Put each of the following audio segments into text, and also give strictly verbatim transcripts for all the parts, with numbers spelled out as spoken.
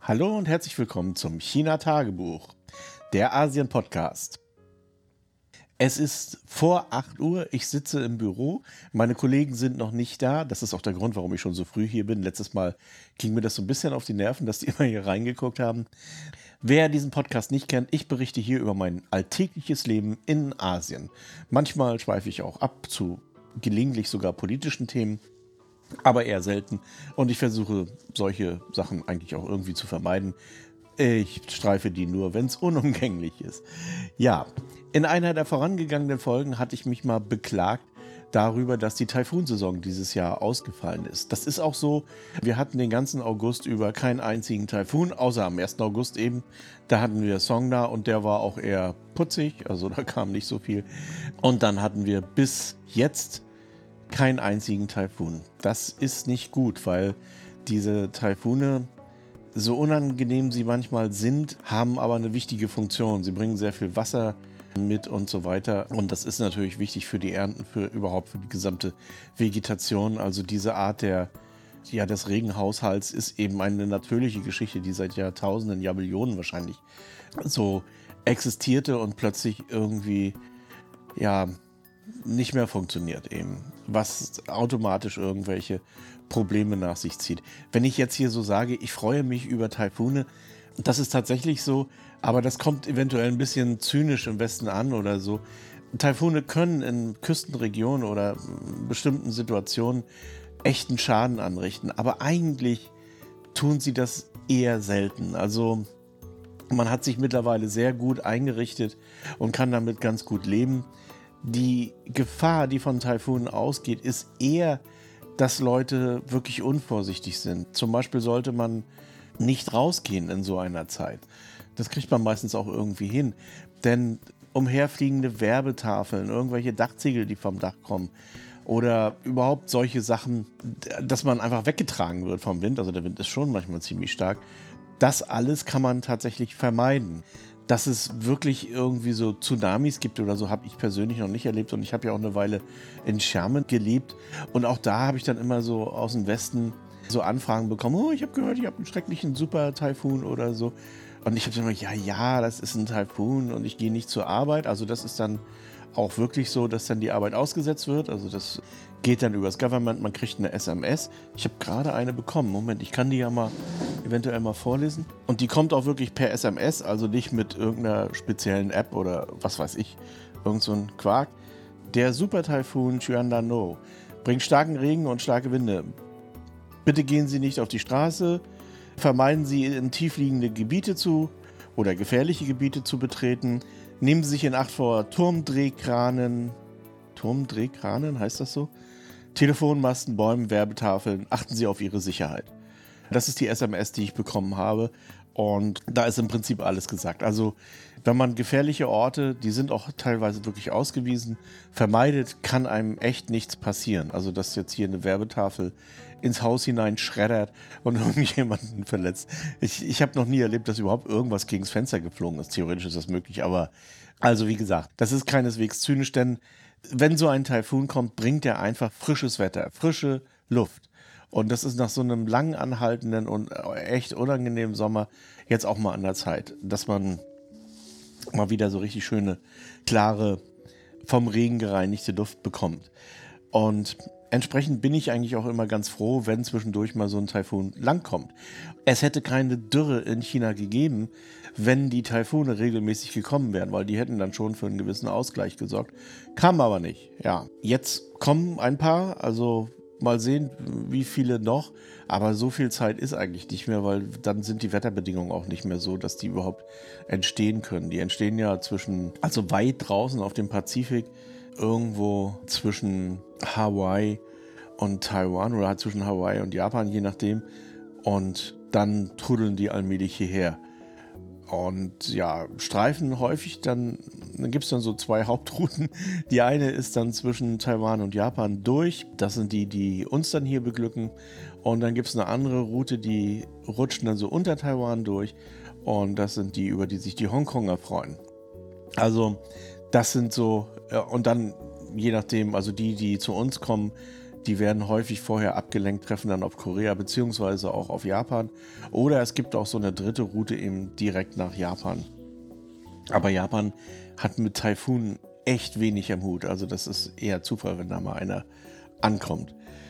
Hallo und herzlich willkommen zum China-Tagebuch, der Asien-Podcast. Es ist vor acht Uhr, ich sitze im Büro, meine Kollegen sind noch nicht da. Das ist auch der Grund, warum ich schon so früh hier bin. Letztes Mal ging mir das so ein bisschen auf die Nerven, dass die immer hier reingeguckt haben. Wer diesen Podcast nicht kennt, ich berichte hier über mein alltägliches Leben in Asien. Manchmal schweife ich auch ab zu gelegentlich sogar politischen Themen, aber eher selten. Und ich versuche, solche Sachen eigentlich auch irgendwie zu vermeiden. Ich streife die nur, wenn es unumgänglich ist. Ja, in einer der vorangegangenen Folgen hatte ich mich mal beklagt darüber, dass die Taifunsaison dieses Jahr ausgefallen ist. Das ist auch so. Wir hatten den ganzen August über keinen einzigen Taifun, außer am ersten August eben. Da hatten wir Songda und der war auch eher putzig, also da kam nicht so viel. Und dann hatten wir bis jetzt keinen einzigen Taifun. Das ist nicht gut, weil diese Taifune, so unangenehm sie manchmal sind, haben aber eine wichtige Funktion. Sie bringen sehr viel Wasser mit und so weiter. Und das ist natürlich wichtig für die Ernten, für überhaupt für die gesamte Vegetation. Also diese Art der, ja, des Regenhaushalts ist eben eine natürliche Geschichte, die seit Jahrtausenden, Jahrmillionen wahrscheinlich so existierte und plötzlich irgendwie, ja, nicht mehr funktioniert eben, was automatisch irgendwelche Probleme nach sich zieht. Wenn ich jetzt hier so sage, ich freue mich über Taifune, das ist tatsächlich so, aber das kommt eventuell ein bisschen zynisch im Westen an oder so. Taifune können in Küstenregionen oder bestimmten Situationen echten Schaden anrichten, aber eigentlich tun sie das eher selten. Also man hat sich mittlerweile sehr gut eingerichtet und kann damit ganz gut leben. Die Gefahr, die von Taifunen ausgeht, ist eher, dass Leute wirklich unvorsichtig sind. Zum Beispiel sollte man nicht rausgehen in so einer Zeit. Das kriegt man meistens auch irgendwie hin. Denn umherfliegende Werbetafeln, irgendwelche Dachziegel, die vom Dach kommen oder überhaupt solche Sachen, dass man einfach weggetragen wird vom Wind, also der Wind ist schon manchmal ziemlich stark, das alles kann man tatsächlich vermeiden. Dass es wirklich irgendwie so Tsunamis gibt oder so, habe ich persönlich noch nicht erlebt. Und ich habe ja auch eine Weile in Xiamen gelebt. Und auch da habe ich dann immer so aus dem Westen so Anfragen bekommen. Oh, ich habe gehört, ich habe einen schrecklichen Super-Taifun oder so. Und ich habe dann immer, ja, ja, das ist ein Taifun und ich gehe nicht zur Arbeit. Also das ist dann auch wirklich so, dass dann die Arbeit ausgesetzt wird. Also das geht dann übers Government, man kriegt eine S M S. Ich habe gerade eine bekommen. Moment, ich kann die ja mal eventuell mal vorlesen. Und die kommt auch wirklich per S M S, also nicht mit irgendeiner speziellen App oder was weiß ich, irgend so ein Quark. Der Super-Taifun Chuandano bringt starken Regen und starke Winde. Bitte gehen Sie nicht auf die Straße, vermeiden Sie in tiefliegende Gebiete zu oder gefährliche Gebiete zu betreten. Nehmen Sie sich in Acht vor Turmdrehkranen. Turmdrehkranen, heißt das so? Telefonmasten, Bäumen, Werbetafeln. Achten Sie auf Ihre Sicherheit. Das ist die S M S, die ich bekommen habe. Und da ist im Prinzip alles gesagt. Also, wenn man gefährliche Orte, die sind auch teilweise wirklich ausgewiesen, vermeidet, kann einem echt nichts passieren. Also, dass jetzt hier eine Werbetafel ins Haus hinein schreddert und irgendjemanden verletzt. Ich, ich habe noch nie erlebt, dass überhaupt irgendwas gegens Fenster geflogen ist. Theoretisch ist das möglich, aber also wie gesagt, das ist keineswegs zynisch, denn wenn so ein Taifun kommt, bringt er einfach frisches Wetter, frische Luft. Und das ist nach so einem lang anhaltenden und echt unangenehmen Sommer jetzt auch mal an der Zeit, dass man mal wieder so richtig schöne, klare, vom Regen gereinigte Luft bekommt. Und entsprechend bin ich eigentlich auch immer ganz froh, wenn zwischendurch mal so ein Taifun langkommt. Es hätte keine Dürre in China gegeben, wenn die Taifune regelmäßig gekommen wären, weil die hätten dann schon für einen gewissen Ausgleich gesorgt. Kam aber nicht. Ja, jetzt kommen ein paar, also mal sehen, wie viele noch. Aber so viel Zeit ist eigentlich nicht mehr, weil dann sind die Wetterbedingungen auch nicht mehr so, dass die überhaupt entstehen können. Die entstehen ja zwischen, also weit draußen auf dem Pazifik, irgendwo zwischen Hawaii und Taiwan oder halt zwischen Hawaii und Japan, je nachdem. Und dann trudeln die allmählich hierher. Und ja, Streifen häufig, dann, dann gibt es dann so zwei Hauptrouten. Die eine ist dann zwischen Taiwan und Japan durch. Das sind die, die uns dann hier beglücken. Und dann gibt es eine andere Route, die rutschen dann so unter Taiwan durch. Und das sind die, über die sich die Hongkonger freuen. Also das sind so, ja, und dann je nachdem, also die, die zu uns kommen, Die werden häufig vorher abgelenkt, treffen dann auf Korea beziehungsweise auch auf Japan. Oder es gibt auch so eine dritte Route eben direkt nach Japan. Aber Japan hat mit Taifunen echt wenig am Hut. Also das ist eher Zufall, wenn da mal einer ankommt.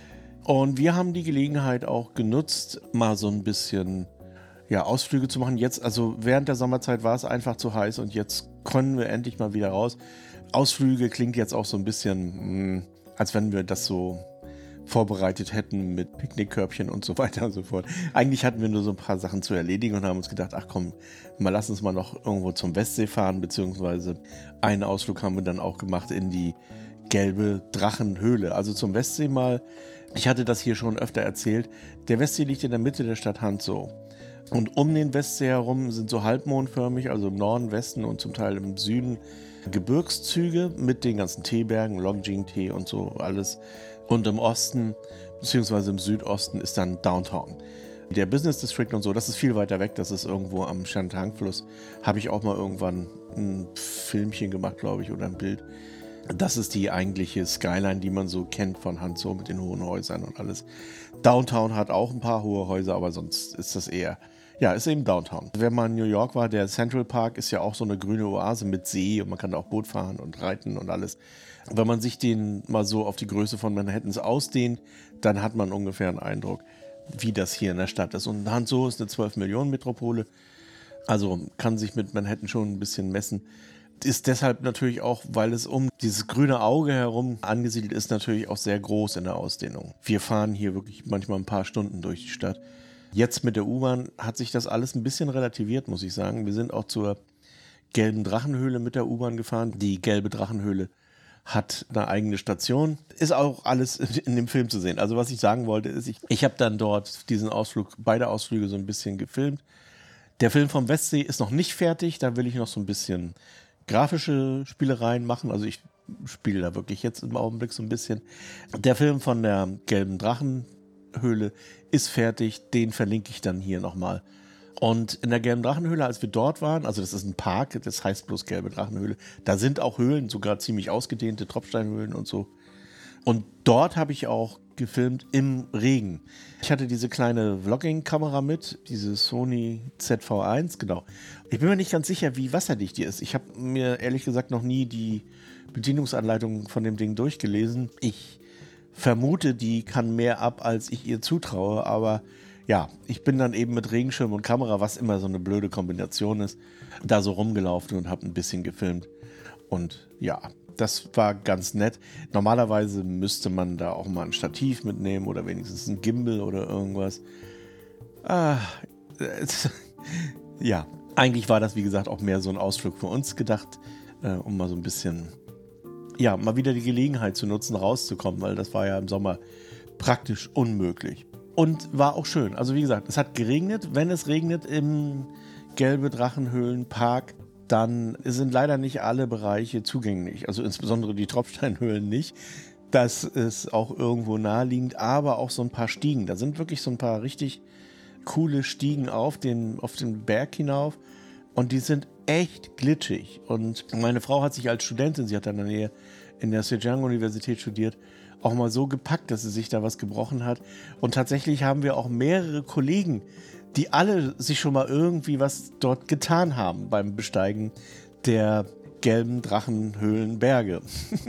Und wir haben die Gelegenheit auch genutzt, mal so ein bisschen ja, Ausflüge zu machen. Jetzt, also während der Sommerzeit war es einfach zu heiß und jetzt können wir endlich mal wieder raus. Ausflüge klingt jetzt auch so ein bisschen, mh, als wenn wir das so vorbereitet hätten mit Picknickkörbchen und so weiter und so fort. Eigentlich hatten wir nur so ein paar Sachen zu erledigen und haben uns gedacht, ach komm, mal lass uns mal noch irgendwo zum Westsee fahren, beziehungsweise einen Ausflug haben wir dann auch gemacht in die gelbe Drachenhöhle. Also zum Westsee mal, ich hatte das hier schon öfter erzählt, der Westsee liegt in der Mitte der Stadt Hangzhou. Und um den Westsee herum sind so halbmondförmig, also im Norden, Westen und zum Teil im Süden, Gebirgszüge mit den ganzen Teebergen, Longjing-Tee und so alles. Und im Osten, beziehungsweise im Südosten, ist dann Downtown. Der Business District und so, das ist viel weiter weg, das ist irgendwo am Shantung-Fluss. Habe ich auch mal irgendwann ein Filmchen gemacht, glaube ich, oder ein Bild. Das ist die eigentliche Skyline, die man so kennt von Hangzhou mit den hohen Häusern und alles. Downtown hat auch ein paar hohe Häuser, aber sonst ist das eher, ja, ist eben Downtown. Wenn man in New York war, der Central Park ist ja auch so eine grüne Oase mit See und man kann da auch Boot fahren und reiten und alles. Wenn man sich den mal so auf die Größe von Manhattans ausdehnt, dann hat man ungefähr einen Eindruck, wie das hier in der Stadt ist. Und Hangzhou ist eine zwölf-Millionen-Metropole, also kann sich mit Manhattan schon ein bisschen messen. Ist deshalb natürlich auch, weil es um dieses grüne Auge herum angesiedelt ist, natürlich auch sehr groß in der Ausdehnung. Wir fahren hier wirklich manchmal ein paar Stunden durch die Stadt. Jetzt mit der U-Bahn hat sich das alles ein bisschen relativiert, muss ich sagen. Wir sind auch zur gelben Drachenhöhle mit der U-Bahn gefahren. Die gelbe Drachenhöhle hat eine eigene Station. Ist auch alles in dem Film zu sehen. Also was ich sagen wollte, ist, ich, ich habe dann dort diesen Ausflug, beide Ausflüge so ein bisschen gefilmt. Der Film vom Westsee ist noch nicht fertig. Da will ich noch so ein bisschen grafische Spielereien machen. Also ich spiele da wirklich jetzt im Augenblick so ein bisschen. Der Film von der gelben Drachenhöhle ist fertig. Den verlinke ich dann hier nochmal. Und in der gelben Drachenhöhle, als wir dort waren, also das ist ein Park, das heißt bloß gelbe Drachenhöhle, da sind auch Höhlen, sogar ziemlich ausgedehnte Tropfsteinhöhlen und so. Und dort habe ich auch gefilmt im Regen. Ich hatte diese kleine Vlogging-Kamera mit, diese Sony Z V eins, genau. Ich bin mir nicht ganz sicher, wie wasserdicht die ist. Ich habe mir ehrlich gesagt noch nie die Bedienungsanleitung von dem Ding durchgelesen. Ich vermute, die kann mehr ab, als ich ihr zutraue, aber ja, ich bin dann eben mit Regenschirm und Kamera, was immer so eine blöde Kombination ist, da so rumgelaufen und habe ein bisschen gefilmt. Und ja, das war ganz nett. Normalerweise müsste man da auch mal ein Stativ mitnehmen oder wenigstens ein Gimbal oder irgendwas. Ah, äh, ja, eigentlich war das, wie gesagt, auch mehr so ein Ausflug für uns gedacht, äh, um mal so ein bisschen, ja, mal wieder die Gelegenheit zu nutzen, rauszukommen, weil das war ja im Sommer praktisch unmöglich. Und war auch schön. Also wie gesagt, es hat geregnet. Wenn es regnet im gelbe Drachenhöhlenpark, dann sind leider nicht alle Bereiche zugänglich. Also insbesondere die Tropfsteinhöhlen nicht. Das ist auch irgendwo naheliegend, aber auch so ein paar Stiegen. Da sind wirklich so ein paar richtig coole Stiegen auf den, auf den Berg hinauf. Und die sind echt glitschig. Und meine Frau hat sich als Studentin, sie hat dann in der Nähe in der Zhejiang-Universität studiert, auch mal so gepackt, dass sie sich da was gebrochen hat. Und tatsächlich haben wir auch mehrere Kollegen, die alle sich schon mal irgendwie was dort getan haben beim Besteigen der gelben Drachenhöhlenberge.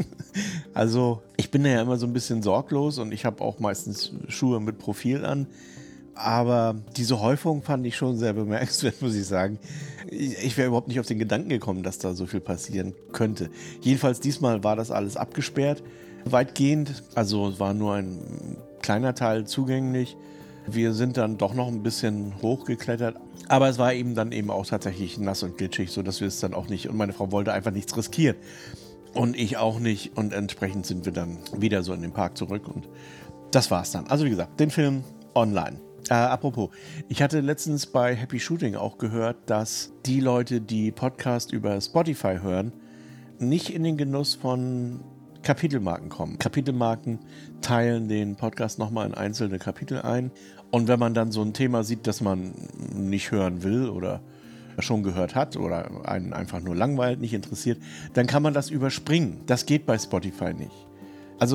Also ich bin da ja immer so ein bisschen sorglos und ich habe auch meistens Schuhe mit Profil an. Aber diese Häufung fand ich schon sehr bemerkenswert, muss ich sagen. Ich wäre überhaupt nicht auf den Gedanken gekommen, dass da so viel passieren könnte. Jedenfalls diesmal war das alles abgesperrt, weitgehend. Also es war nur ein kleiner Teil zugänglich. Wir sind dann doch noch ein bisschen hochgeklettert. Aber es war eben dann eben auch tatsächlich nass und glitschig, sodass wir es dann auch nicht... Und meine Frau wollte einfach nichts riskieren. Und ich auch nicht. Und entsprechend sind wir dann wieder so in den Park zurück. Und das war's dann. Also wie gesagt, den Film online. Äh, apropos, ich hatte letztens bei Happy Shooting auch gehört, dass die Leute, die Podcast über Spotify hören, nicht in den Genuss von Kapitelmarken kommen. Kapitelmarken teilen den Podcast nochmal in einzelne Kapitel ein. Und wenn man dann so ein Thema sieht, das man nicht hören will oder schon gehört hat oder einen einfach nur langweilt, nicht interessiert, dann kann man das überspringen. Das geht bei Spotify nicht. Also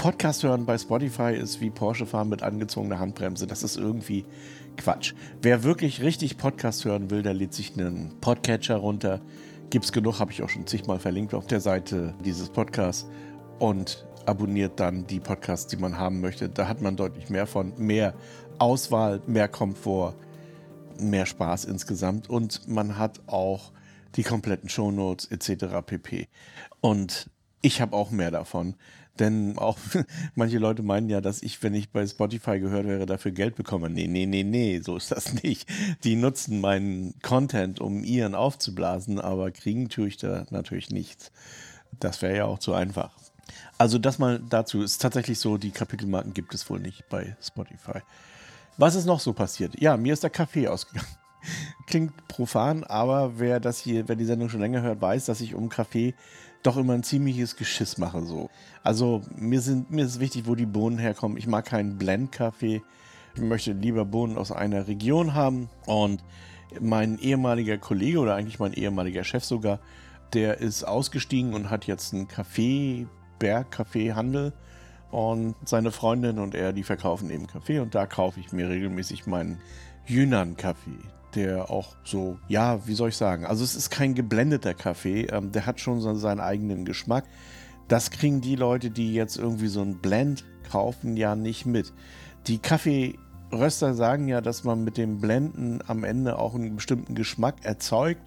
Podcast hören bei Spotify ist wie Porsche fahren mit angezogener Handbremse. Das ist irgendwie Quatsch. Wer wirklich richtig Podcast hören will, der lädt sich einen Podcatcher runter. Gibt's genug, habe ich auch schon zigmal verlinkt auf der Seite dieses Podcasts. Und abonniert dann die Podcasts, die man haben möchte. Da hat man deutlich mehr von. Mehr Auswahl, mehr Komfort, mehr Spaß insgesamt. Und man hat auch die kompletten Shownotes et cetera pp. Und ich habe auch mehr davon. Denn auch manche Leute meinen ja, dass ich, wenn ich bei Spotify gehört wäre, dafür Geld bekomme. Nee, nee, nee, nee, so ist das nicht. Die nutzen meinen Content, um ihren aufzublasen, aber kriegen tue ich da natürlich nichts. Das wäre ja auch zu einfach. Also das mal dazu. Ist tatsächlich so, die Kapitelmarken gibt es wohl nicht bei Spotify. Was ist noch so passiert? Ja, mir ist der Kaffee ausgegangen. Klingt profan, aber wer das hier, wer die Sendung schon länger hört, weiß, dass ich um Kaffee doch immer ein ziemliches Geschiss mache. So. Also mir, sind, mir ist wichtig, wo die Bohnen herkommen. Ich mag keinen Blend-Kaffee. Ich möchte lieber Bohnen aus einer Region haben. Und mein ehemaliger Kollege oder eigentlich mein ehemaliger Chef sogar, der ist ausgestiegen und hat jetzt einen Kaffee, Bergkaffeehandel. Und seine Freundin und er, die verkaufen eben Kaffee. Und da kaufe ich mir regelmäßig meinen Yunnan-Kaffee. Der auch so, ja, wie soll ich sagen, also es ist kein geblendeter Kaffee, ähm, der hat schon so seinen eigenen Geschmack. Das kriegen die Leute, die jetzt irgendwie so einen Blend kaufen, ja nicht mit. Die Kaffeeröster sagen ja, dass man mit dem Blenden am Ende auch einen bestimmten Geschmack erzeugt.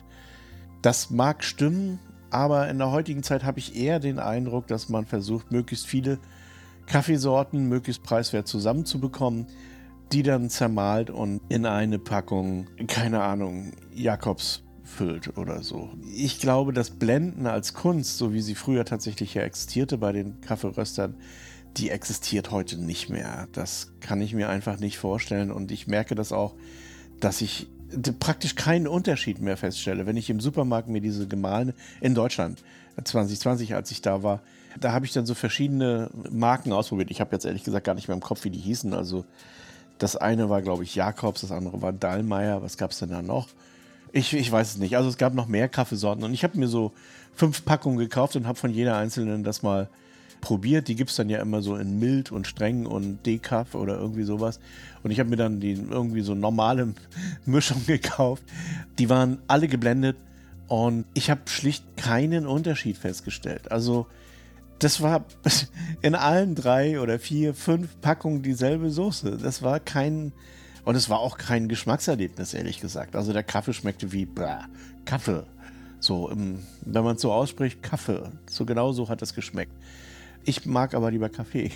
Das mag stimmen, aber in der heutigen Zeit habe ich eher den Eindruck, dass man versucht, möglichst viele Kaffeesorten möglichst preiswert zusammenzubekommen, die dann zermahlt und in eine Packung, keine Ahnung, Jakobs füllt oder so. Ich glaube, das Blenden als Kunst, so wie sie früher tatsächlich ja existierte bei den Kaffeeröstern, die existiert heute nicht mehr. Das kann ich mir einfach nicht vorstellen und ich merke das auch, dass ich praktisch keinen Unterschied mehr feststelle. Wenn ich im Supermarkt mir diese gemahlene, in Deutschland, zwanzig zwanzig, als ich da war, da habe ich dann so verschiedene Marken ausprobiert. Ich habe jetzt ehrlich gesagt gar nicht mehr im Kopf, wie die hießen, also das eine war, glaube ich, Jakobs, das andere war Dallmayr. Was gab es denn da noch? Ich, ich weiß es nicht. Also es gab noch mehr Kaffeesorten. Und ich habe mir so fünf Packungen gekauft und habe von jeder einzelnen das mal probiert. Die gibt es dann ja immer so in mild und streng und Decaf oder irgendwie sowas. Und ich habe mir dann die irgendwie so normale Mischung gekauft. Die waren alle geblendet und ich habe schlicht keinen Unterschied festgestellt. Also das war in allen drei oder vier, fünf Packungen dieselbe Soße. Das war kein, und es war auch kein Geschmackserlebnis, ehrlich gesagt. Also der Kaffee schmeckte wie blah, Kaffee. So, im, wenn man es so ausspricht, Kaffee. So genau so hat es geschmeckt. Ich mag aber lieber Kaffee.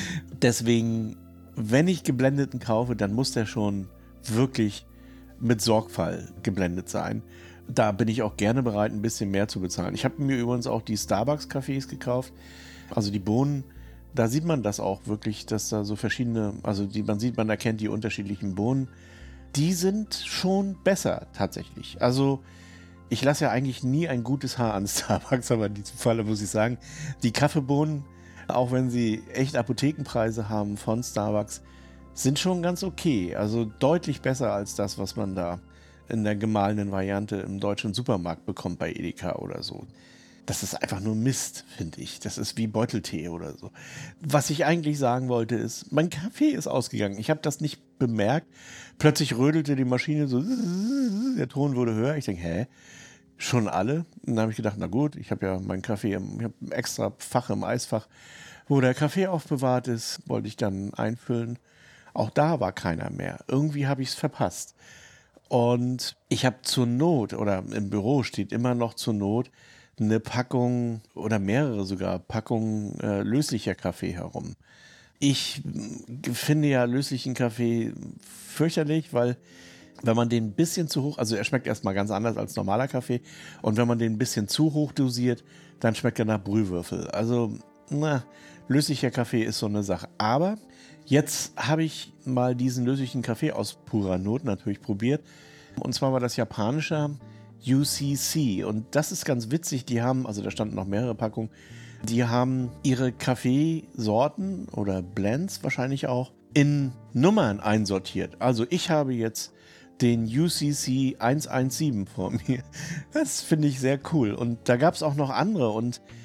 Deswegen, wenn ich geblendeten kaufe, dann muss der schon wirklich mit Sorgfalt geblendet sein. Da bin ich auch gerne bereit, ein bisschen mehr zu bezahlen. Ich habe mir übrigens auch die Starbucks-Cafés gekauft. Also die Bohnen, da sieht man das auch wirklich, dass da so verschiedene, also die, man sieht, man erkennt die unterschiedlichen Bohnen. Die sind schon besser tatsächlich. Also ich lasse ja eigentlich nie ein gutes Haar an Starbucks, aber in diesem Falle muss ich sagen, die Kaffeebohnen, auch wenn sie echt Apothekenpreise haben von Starbucks, sind schon ganz okay. Also deutlich besser als das, was man da in der gemahlenen Variante im deutschen Supermarkt bekommt bei Edeka oder so. Das ist einfach nur Mist, finde ich. Das ist wie Beuteltee oder so. Was ich eigentlich sagen wollte ist, mein Kaffee ist ausgegangen. Ich habe das nicht bemerkt. Plötzlich rödelte die Maschine so, der Ton wurde höher. Ich denke, hä? Schon alle? Und dann habe ich gedacht, na gut, ich habe ja meinen Kaffee, ich habe ein extra Fach im Eisfach, wo der Kaffee aufbewahrt ist, wollte ich dann einfüllen. Auch da war keiner mehr. Irgendwie habe ich es verpasst. Und ich habe zur Not, oder im Büro steht immer noch zur Not, eine Packung oder mehrere sogar Packungen äh, löslicher Kaffee herum. Ich finde ja löslichen Kaffee fürchterlich, weil wenn man den ein bisschen zu hoch, also er schmeckt erstmal ganz anders als normaler Kaffee, und wenn man den ein bisschen zu hoch dosiert, dann schmeckt er nach Brühwürfel. Also, na, löslicher Kaffee ist so eine Sache. Aber jetzt habe ich mal diesen löslichen Kaffee aus purer Not natürlich probiert. Und zwar war das japanischer U C C. Und das ist ganz witzig. Die haben, also da standen noch mehrere Packungen, die haben ihre Kaffeesorten oder Blends wahrscheinlich auch in Nummern einsortiert. Also ich habe jetzt den U C C hundertsiebzehn vor mir. Das finde ich sehr cool. Und da gab es auch noch andere. Und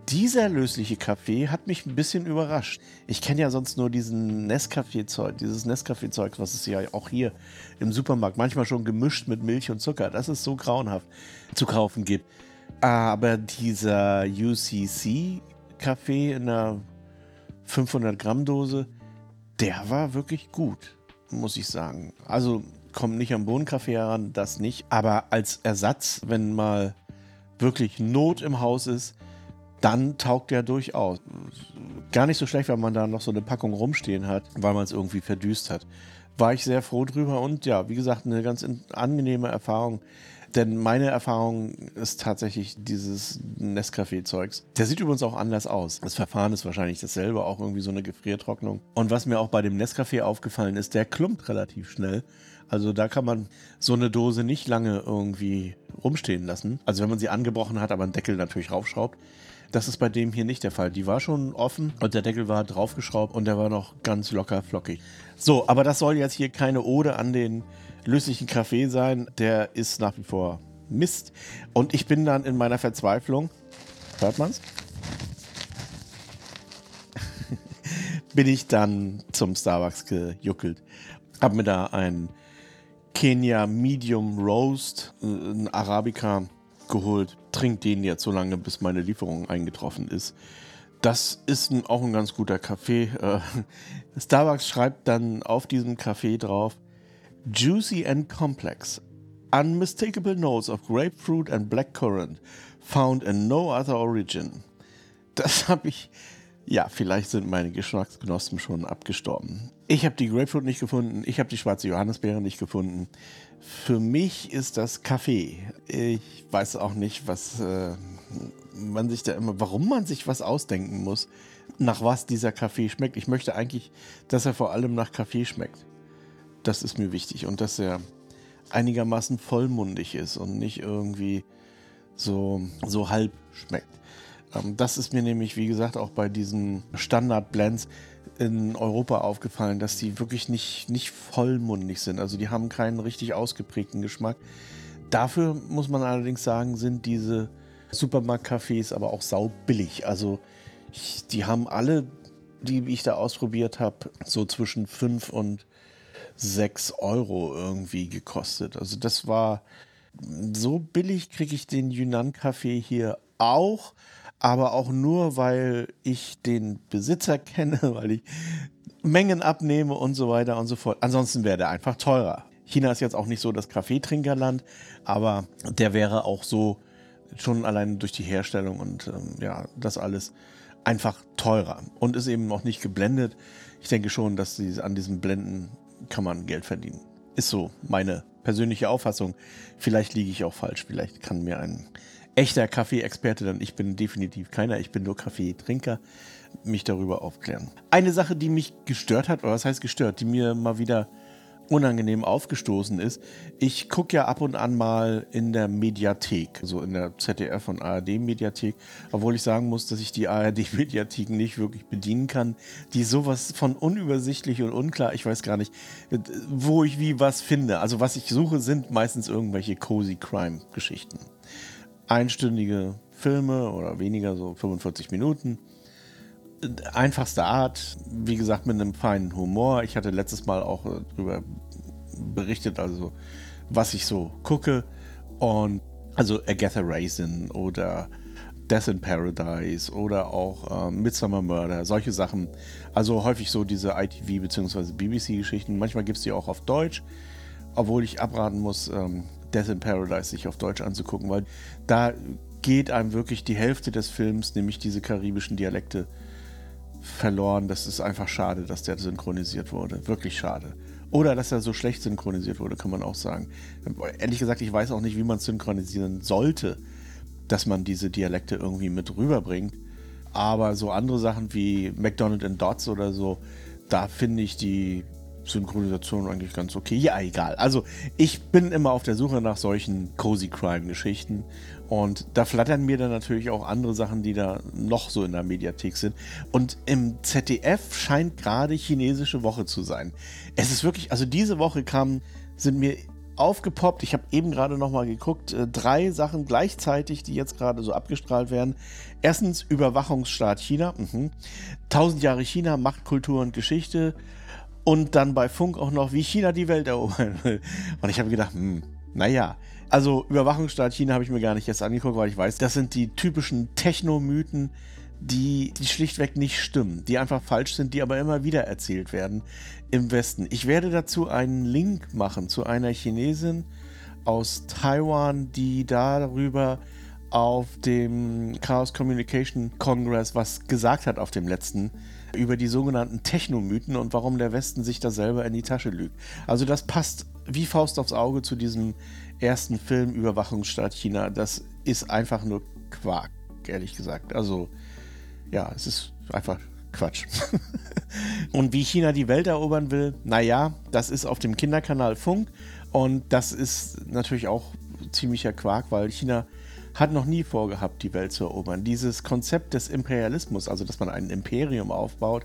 Dieser lösliche Kaffee hat mich ein bisschen überrascht. Ich kenne ja sonst nur diesen Nescafé-Zeug, dieses Nescafé-Zeug, was es ja auch hier im Supermarkt manchmal schon gemischt mit Milch und Zucker, das es so grauenhaft zu kaufen gibt. Aber dieser U C C-Kaffee in einer fünfhundert Gramm Dose, der war wirklich gut, muss ich sagen. Also kommt nicht am Bohnenkaffee heran, das nicht. Aber als Ersatz, wenn mal wirklich Not im Haus ist, dann taugt der durchaus. Gar nicht so schlecht, wenn man da noch so eine Packung rumstehen hat, weil man es irgendwie verdüst hat. War ich sehr froh drüber und ja, wie gesagt, eine ganz angenehme Erfahrung. Denn meine Erfahrung ist tatsächlich dieses Nescafé-Zeugs. Der sieht übrigens auch anders aus. Das Verfahren ist wahrscheinlich dasselbe, auch irgendwie so eine Gefriertrocknung. Und was mir auch bei dem Nescafé aufgefallen ist, der klumpt relativ schnell. Also da kann man so eine Dose nicht lange irgendwie rumstehen lassen. Also wenn man sie angebrochen hat, aber einen Deckel natürlich raufschraubt. Das ist bei dem hier nicht der Fall. Die war schon offen und der Deckel war draufgeschraubt und der war noch ganz locker flockig. So, aber das soll jetzt hier keine Ode an den löslichen Kaffee sein. Der ist nach wie vor Mist. Und ich bin dann in meiner Verzweiflung, hört man's? bin ich dann zum Starbucks gejuckelt. Hab mir da ein Kenya Medium Roast, ein Arabica geholt. Trink den jetzt so lange, bis meine Lieferung eingetroffen ist. Das ist ein, auch ein ganz guter Kaffee. Äh, Starbucks schreibt dann auf diesem Kaffee drauf: Juicy and complex, unmistakable notes of grapefruit and blackcurrant found in no other origin. Das habe ich, ja, vielleicht sind meine Geschmacksgenossen schon abgestorben. Ich habe die Grapefruit nicht gefunden, ich habe die schwarze Johannisbeere nicht gefunden. Für mich ist das Kaffee. Ich weiß auch nicht, was äh, man sich da immer, warum man sich was ausdenken muss, nach was dieser Kaffee schmeckt. Ich möchte eigentlich, dass er vor allem nach Kaffee schmeckt. Das ist mir wichtig und dass er einigermaßen vollmundig ist und nicht irgendwie so, so halb schmeckt. Ähm, das ist mir nämlich, wie gesagt, auch bei diesen Standard-Blends in Europa aufgefallen, dass die wirklich nicht, nicht vollmundig sind. Also die haben keinen richtig ausgeprägten Geschmack. Dafür muss man allerdings sagen, sind diese Supermarkt-Cafés aber auch saubillig. Also ich, die haben alle, die ich da ausprobiert habe, so zwischen fünf und sechs Euro irgendwie gekostet. Also das war so billig, kriege ich den Yunnan-Kaffee hier auch, aber auch nur, weil ich den Besitzer kenne, weil ich Mengen abnehme und so weiter und so fort. Ansonsten wäre der einfach teurer. China ist jetzt auch nicht so das Kaffeetrinkerland, aber der wäre auch so schon allein durch die Herstellung und ähm, ja, das alles einfach teurer und ist eben auch nicht geblendet. Ich denke schon, dass sie an diesen Blenden kann man Geld verdienen. Ist so meine persönliche Auffassung. Vielleicht liege ich auch falsch. Vielleicht kann mir ein echter Kaffee-Experte, denn ich bin definitiv keiner, ich bin nur Kaffeetrinker, mich darüber aufklären. Eine Sache, die mich gestört hat, oder was heißt gestört, die mir mal wieder unangenehm aufgestoßen ist. Ich gucke ja ab und an mal in der Mediathek, so in der Z D F- und A R D-Mediathek, obwohl ich sagen muss, dass ich die A R D-Mediatheken nicht wirklich bedienen kann. Die ist sowas von unübersichtlich und unklar, ich weiß gar nicht, wo ich wie was finde. Also was ich suche, sind meistens irgendwelche Cozy Crime-Geschichten. Einstündige Filme oder weniger, so fünfundvierzig Minuten. Einfachste Art, wie gesagt, mit einem feinen Humor. Ich hatte letztes Mal auch darüber berichtet, also was ich so gucke. Und also Agatha Raisin oder Death in Paradise oder auch äh, Midsomer Murder, solche Sachen. Also häufig so diese I T V- bzw. B B C-Geschichten. Manchmal gibt es die auch auf Deutsch, obwohl ich abraten muss, ähm, Death in Paradise sich auf Deutsch anzugucken, weil da geht einem wirklich die Hälfte des Films, nämlich diese karibischen Dialekte, verloren. Das ist einfach schade, dass der synchronisiert wurde. Wirklich schade. Oder dass er so schlecht synchronisiert wurde, kann man auch sagen. Ehrlich gesagt, ich weiß auch nicht, wie man es synchronisieren sollte, dass man diese Dialekte irgendwie mit rüberbringt. Aber so andere Sachen wie McDonald and Dodds oder so, da finde ich die Synchronisation eigentlich ganz okay. Ja, egal. Also ich bin immer auf der Suche nach solchen Cozy Crime-Geschichten und da flattern mir dann natürlich auch andere Sachen, die da noch so in der Mediathek sind. Und im Z D F scheint gerade chinesische Woche zu sein. Es ist wirklich, also diese Woche kamen, sind mir aufgepoppt. Ich habe eben gerade noch mal geguckt. Äh, drei Sachen gleichzeitig, die jetzt gerade so abgestrahlt werden. Erstens Überwachungsstaat China. Mhm. Tausend Jahre China, Macht, Kultur und Geschichte. Und dann bei Funk auch noch, wie China die Welt erobern will. Und ich habe gedacht, hm, naja. Also Überwachungsstaat China habe ich mir gar nicht erst angeguckt, weil ich weiß, das sind die typischen Technomythen, die, die schlichtweg nicht stimmen, die einfach falsch sind, die aber immer wieder erzählt werden im Westen. Ich werde dazu einen Link machen zu einer Chinesin aus Taiwan, die darüber auf dem Chaos Communication Congress was gesagt hat auf dem letzten, über die sogenannten Technomythen und warum der Westen sich da selber in die Tasche lügt. Also das passt wie Faust aufs Auge zu diesem ersten Film Überwachungsstaat China. Das ist einfach nur Quark, ehrlich gesagt. Also ja, es ist einfach Quatsch. Und wie China die Welt erobern will, naja, das ist auf dem Kinderkanal Funk und das ist natürlich auch ziemlicher Quark, weil China hat noch nie vorgehabt, die Welt zu erobern. Dieses Konzept des Imperialismus, also dass man ein Imperium aufbaut,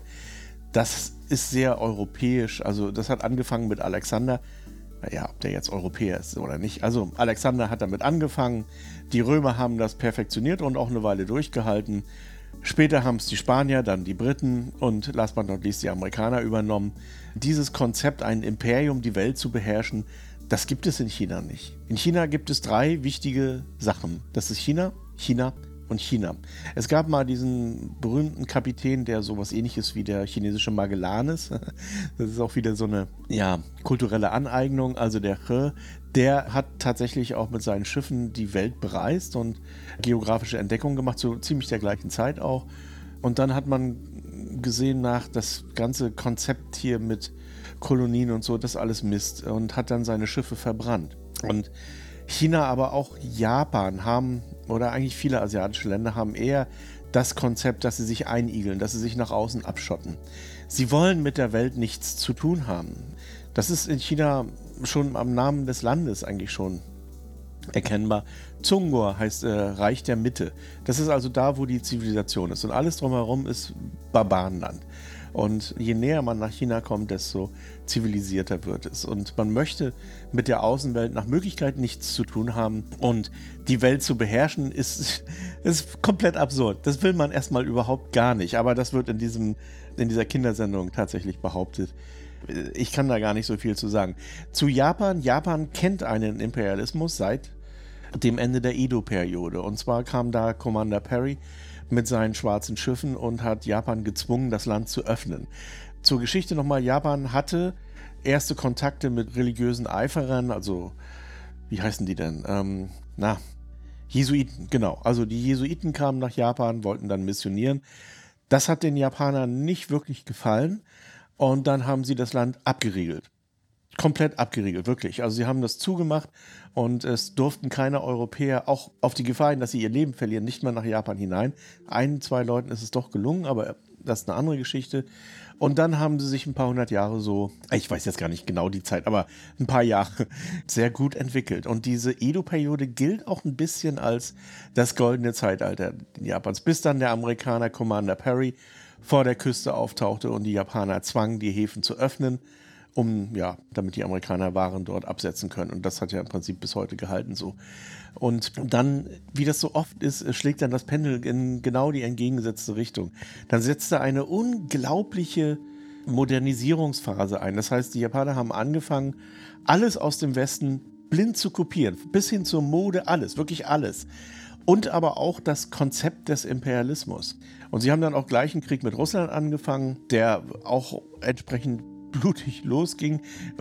das ist sehr europäisch. Also das hat angefangen mit Alexander. Naja, ob der jetzt Europäer ist oder nicht. Also Alexander hat damit angefangen. Die Römer haben das perfektioniert und auch eine Weile durchgehalten. Später haben es die Spanier, dann die Briten und last but not least die Amerikaner übernommen. Dieses Konzept, ein Imperium, die Welt zu beherrschen, das gibt es in China nicht. In China gibt es drei wichtige Sachen. Das ist China, China und China. Es gab mal diesen berühmten Kapitän, der sowas ähnliches wie der chinesische Magellan ist. Das ist auch wieder so eine ja, kulturelle Aneignung. Also der He, der hat tatsächlich auch mit seinen Schiffen die Welt bereist und geografische Entdeckungen gemacht, zu ziemlich der gleichen Zeit auch. Und dann hat man gesehen nach, das ganze Konzept hier mit Kolonien und so, das alles Mist und hat dann seine Schiffe verbrannt. Und China, aber auch Japan haben, oder eigentlich viele asiatische Länder haben eher das Konzept, dass sie sich einigeln, dass sie sich nach außen abschotten. Sie wollen mit der Welt nichts zu tun haben. Das ist in China schon am Namen des Landes eigentlich schon erkennbar. Zhongguo heißt äh, Reich der Mitte. Das ist also da, wo die Zivilisation ist. Und alles drumherum ist Barbarenland. Und je näher man nach China kommt, desto zivilisierter wird es. Und man möchte mit der Außenwelt nach Möglichkeit nichts zu tun haben. Und die Welt zu beherrschen, ist, ist komplett absurd. Das will man erstmal überhaupt gar nicht. Aber das wird in, diesem, in dieser Kindersendung tatsächlich behauptet. Ich kann da gar nicht so viel zu sagen. Zu Japan. Japan kennt einen Imperialismus seit dem Ende der Edo-Periode. Und zwar kam da Commander Perry mit seinen schwarzen Schiffen und hat Japan gezwungen, das Land zu öffnen. Zur Geschichte nochmal, Japan hatte erste Kontakte mit religiösen Eiferern, also wie heißen die denn? Ähm, na, Jesuiten, genau. Also die Jesuiten kamen nach Japan, wollten dann missionieren. Das hat den Japanern nicht wirklich gefallen und dann haben sie das Land abgeriegelt. Komplett abgeriegelt, wirklich. Also sie haben das zugemacht und es durften keine Europäer, auch auf die Gefahr hin, dass sie ihr Leben verlieren, nicht mehr nach Japan hinein. Ein, zwei Leuten ist es doch gelungen, aber das ist eine andere Geschichte. Und dann haben sie sich ein paar hundert Jahre so, ich weiß jetzt gar nicht genau die Zeit, aber ein paar Jahre sehr gut entwickelt. Und diese Edo-Periode gilt auch ein bisschen als das goldene Zeitalter Japans, bis dann der Amerikaner Commander Perry vor der Küste auftauchte und die Japaner zwangen, die Häfen zu öffnen, um, ja, damit die Amerikaner Waren dort absetzen können. Und das hat ja im Prinzip bis heute gehalten so. Und dann, wie das so oft ist, schlägt dann das Pendel in genau die entgegengesetzte Richtung. Dann setzt da eine unglaubliche Modernisierungsphase ein. Das heißt, die Japaner haben angefangen, alles aus dem Westen blind zu kopieren. Bis hin zur Mode, alles, wirklich alles. Und aber auch das Konzept des Imperialismus. Und sie haben dann auch gleich einen Krieg mit Russland angefangen, der auch entsprechend blutig losging,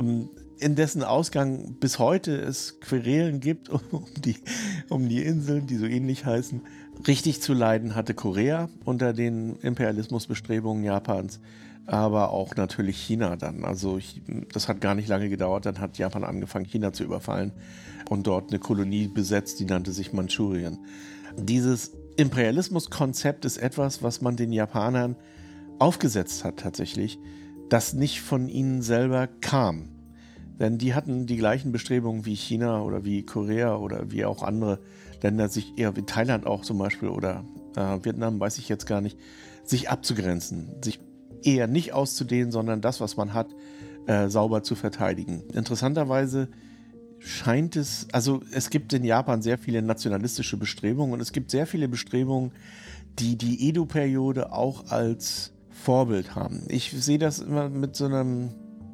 in dessen Ausgang bis heute es Querelen gibt um die, um die Inseln, die so ähnlich heißen. Richtig zu leiden hatte Korea unter den Imperialismusbestrebungen Japans, aber auch natürlich China dann. Also das hat gar nicht lange gedauert, dann hat Japan angefangen, China zu überfallen und dort eine Kolonie besetzt, die nannte sich Manchurien. Dieses Imperialismuskonzept ist etwas, was man den Japanern aufgesetzt hat tatsächlich, das nicht von ihnen selber kam. Denn die hatten die gleichen Bestrebungen wie China oder wie Korea oder wie auch andere Länder, sich eher wie Thailand auch zum Beispiel oder äh, Vietnam, weiß ich jetzt gar nicht, sich abzugrenzen, sich eher nicht auszudehnen, sondern das, was man hat, äh, sauber zu verteidigen. Interessanterweise scheint es, also es gibt in Japan sehr viele nationalistische Bestrebungen und es gibt sehr viele Bestrebungen, die die Edo-Periode auch als Vorbild haben. Ich sehe das immer mit so einem,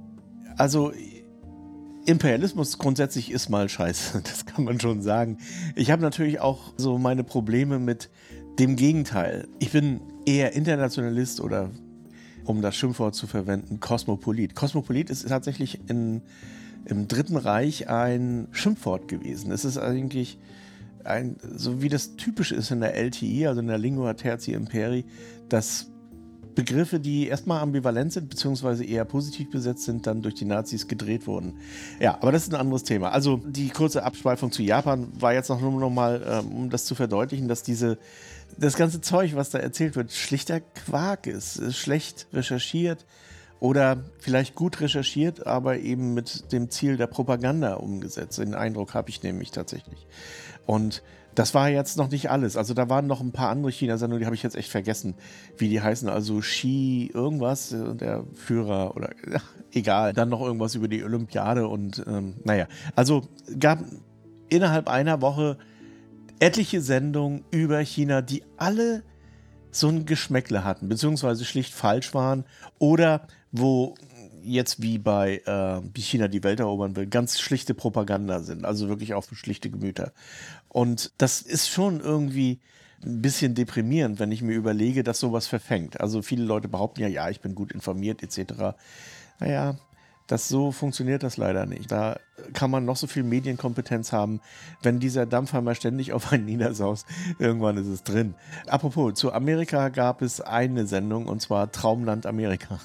also Imperialismus grundsätzlich ist mal scheiße, das kann man schon sagen. Ich habe natürlich auch so meine Probleme mit dem Gegenteil. Ich bin eher Internationalist oder, um das Schimpfwort zu verwenden, Kosmopolit. Kosmopolit ist tatsächlich in, im Dritten Reich ein Schimpfwort gewesen. Es ist eigentlich ein, so wie das typisch ist in der L T I, also in der Lingua Tertii Imperii, dass Begriffe, die erstmal ambivalent sind, beziehungsweise eher positiv besetzt sind, dann durch die Nazis gedreht wurden. Ja, aber das ist ein anderes Thema. Also die kurze Abschweifung zu Japan war jetzt noch nur noch mal, ähm, um das zu verdeutlichen, dass diese, das ganze Zeug, was da erzählt wird, schlichter Quark ist, ist schlecht recherchiert oder vielleicht gut recherchiert, aber eben mit dem Ziel der Propaganda umgesetzt. Den Eindruck habe ich nämlich tatsächlich. Und das war jetzt noch nicht alles. Also da waren noch ein paar andere China-Sendungen, die habe ich jetzt echt vergessen, wie die heißen. Also Xi irgendwas, der Führer oder ach, egal. Dann noch irgendwas über die Olympiade und ähm, naja. Also gab innerhalb einer Woche etliche Sendungen über China, die alle so ein Geschmäckle hatten, beziehungsweise schlicht falsch waren oder wo jetzt wie bei äh, wie China die Welt erobern will, ganz schlichte Propaganda sind, also wirklich auch für schlichte Gemüter. Und das ist schon irgendwie ein bisschen deprimierend, wenn ich mir überlege, dass sowas verfängt. Also viele Leute behaupten ja, ja, ich bin gut informiert et cetera. Naja, das so funktioniert das leider nicht. Da kann man noch so viel Medienkompetenz haben, wenn dieser Dampfer mal ständig auf einen niedersaust, irgendwann ist es drin. Apropos, zu Amerika gab es eine Sendung und zwar Traumland Amerika.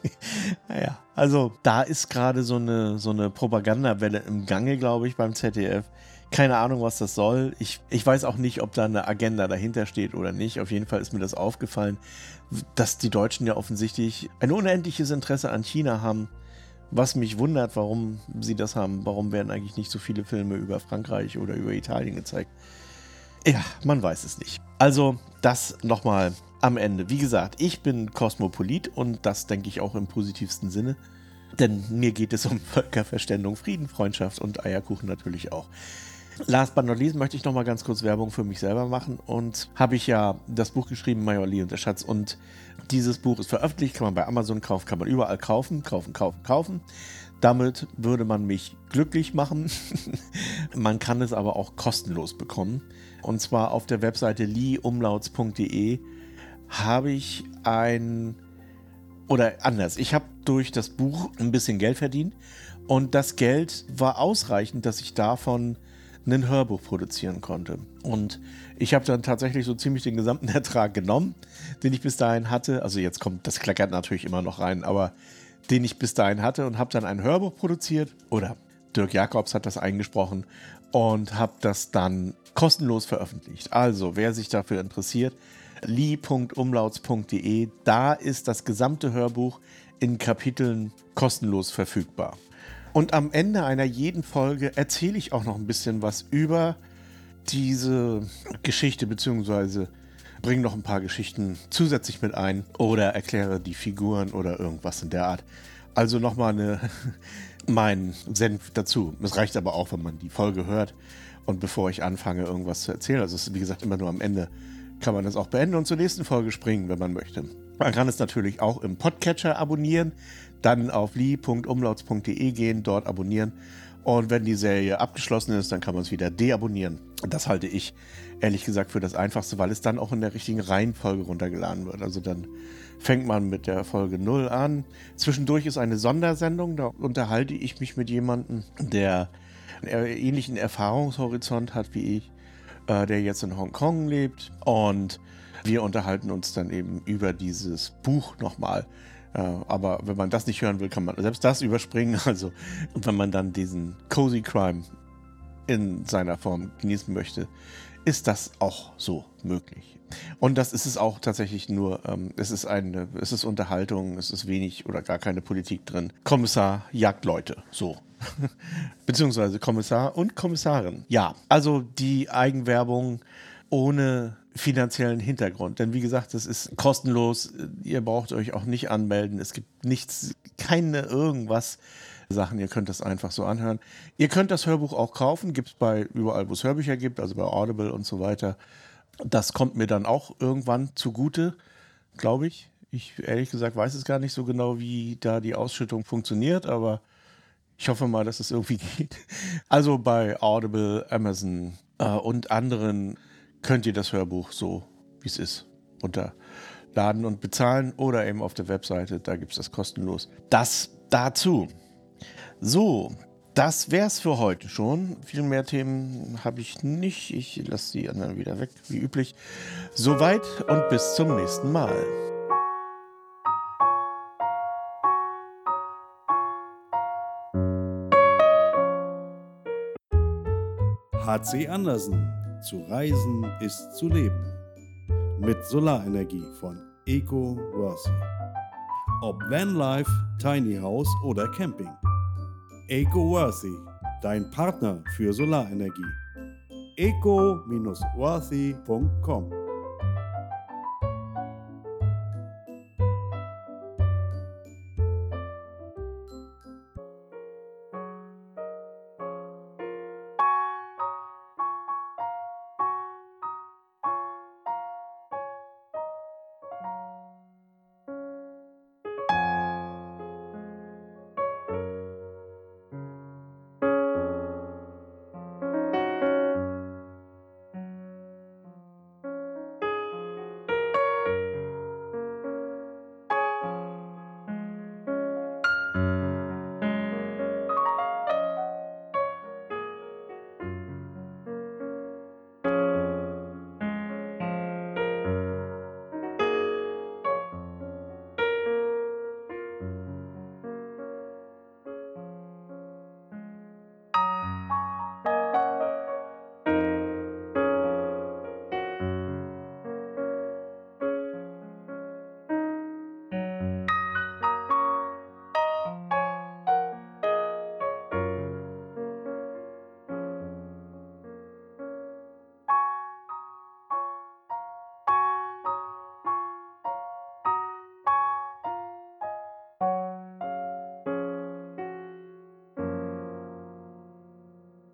Naja, also da ist gerade so eine, so eine Propagandawelle im Gange, glaube ich, beim Z D F. Keine Ahnung, was das soll. Ich, ich weiß auch nicht, ob da eine Agenda dahinter steht oder nicht. Auf jeden Fall ist mir das aufgefallen, dass die Deutschen ja offensichtlich ein unendliches Interesse an China haben. Was mich wundert, warum sie das haben. Warum werden eigentlich nicht so viele Filme über Frankreich oder über Italien gezeigt? Ja, man weiß es nicht. Also das nochmal am Ende. Wie gesagt, ich bin Kosmopolit und das denke ich auch im positivsten Sinne. Denn mir geht es um Völkerverständigung, Frieden, Freundschaft und Eierkuchen natürlich auch. Last but not least möchte ich noch mal ganz kurz Werbung für mich selber machen und habe ich ja das Buch geschrieben, Major Lee und der Schatz, und dieses Buch ist veröffentlicht, kann man bei Amazon kaufen, kann man überall kaufen, kaufen, kaufen, kaufen. Damit würde man mich glücklich machen. Man kann es aber auch kostenlos bekommen. Und zwar auf der Webseite lee umlauts punkt de habe ich ein, oder anders, ich habe durch das Buch ein bisschen Geld verdient und das Geld war ausreichend, dass ich davon ein Hörbuch produzieren konnte. Und ich habe dann tatsächlich so ziemlich den gesamten Ertrag genommen, den ich bis dahin hatte. Also jetzt kommt, das kleckert natürlich immer noch rein, aber den ich bis dahin hatte und habe dann ein Hörbuch produziert. Oder Dirk Jacobs hat das eingesprochen und habe das dann kostenlos veröffentlicht. Also, wer sich dafür interessiert, lee punkt umlauts punkt de, da ist das gesamte Hörbuch in Kapiteln kostenlos verfügbar. Und am Ende einer jeden Folge erzähle ich auch noch ein bisschen was über diese Geschichte, beziehungsweise bringe noch ein paar Geschichten zusätzlich mit ein oder erkläre die Figuren oder irgendwas in der Art. Also nochmal eine, mein Senf dazu. Es reicht aber auch, wenn man die Folge hört und bevor ich anfange, irgendwas zu erzählen. Also es ist, wie gesagt, immer nur am Ende kann man das auch beenden und zur nächsten Folge springen, wenn man möchte. Man kann es natürlich auch im Podcatcher abonnieren, dann auf lee punkt umlauts punkt de gehen, dort abonnieren. Und wenn die Serie abgeschlossen ist, dann kann man es wieder deabonnieren. Das halte ich ehrlich gesagt für das Einfachste, weil es dann auch in der richtigen Reihenfolge runtergeladen wird. Also dann fängt man mit der Folge null an. Zwischendurch ist eine Sondersendung, da unterhalte ich mich mit jemandem, der einen ähnlichen Erfahrungshorizont hat wie ich, äh, der jetzt in Hongkong lebt. Und wir unterhalten uns dann eben über dieses Buch nochmal. Äh, aber wenn man das nicht hören will, kann man selbst das überspringen. Also, und wenn man dann diesen Cozy Crime in seiner Form genießen möchte, ist das auch so möglich. Und das ist es auch tatsächlich nur, ähm, es ist eine, es ist Unterhaltung, es ist wenig oder gar keine Politik drin. Kommissar jagt Leute, so. Beziehungsweise Kommissar und Kommissarin. Ja, also die Eigenwerbung ohne finanziellen Hintergrund. Denn wie gesagt, das ist kostenlos. Ihr braucht euch auch nicht anmelden. Es gibt nichts, keine irgendwas, Sachen. Ihr könnt das einfach so anhören. Ihr könnt das Hörbuch auch kaufen. Gibt es bei überall, wo es Hörbücher gibt, also bei Audible und so weiter. Das kommt mir dann auch irgendwann zugute, glaube ich. Ich ehrlich gesagt weiß es gar nicht so genau, wie da die Ausschüttung funktioniert, aber ich hoffe mal, dass es irgendwie geht. Also bei Audible, Amazon äh, und anderen könnt ihr das Hörbuch so, wie es ist, runterladen und bezahlen oder eben auf der Webseite, da gibt es das kostenlos. Das dazu. So, das wär's für heute schon. Viel mehr Themen habe ich nicht. Ich lasse die anderen wieder weg, wie üblich. Soweit und bis zum nächsten Mal. H C Andersen. Zu reisen ist zu leben. Mit Solarenergie von EcoWorthy. Ob Vanlife, Tiny House oder Camping. EcoWorthy, dein Partner für Solarenergie. eco Bindestrich worthy Punkt com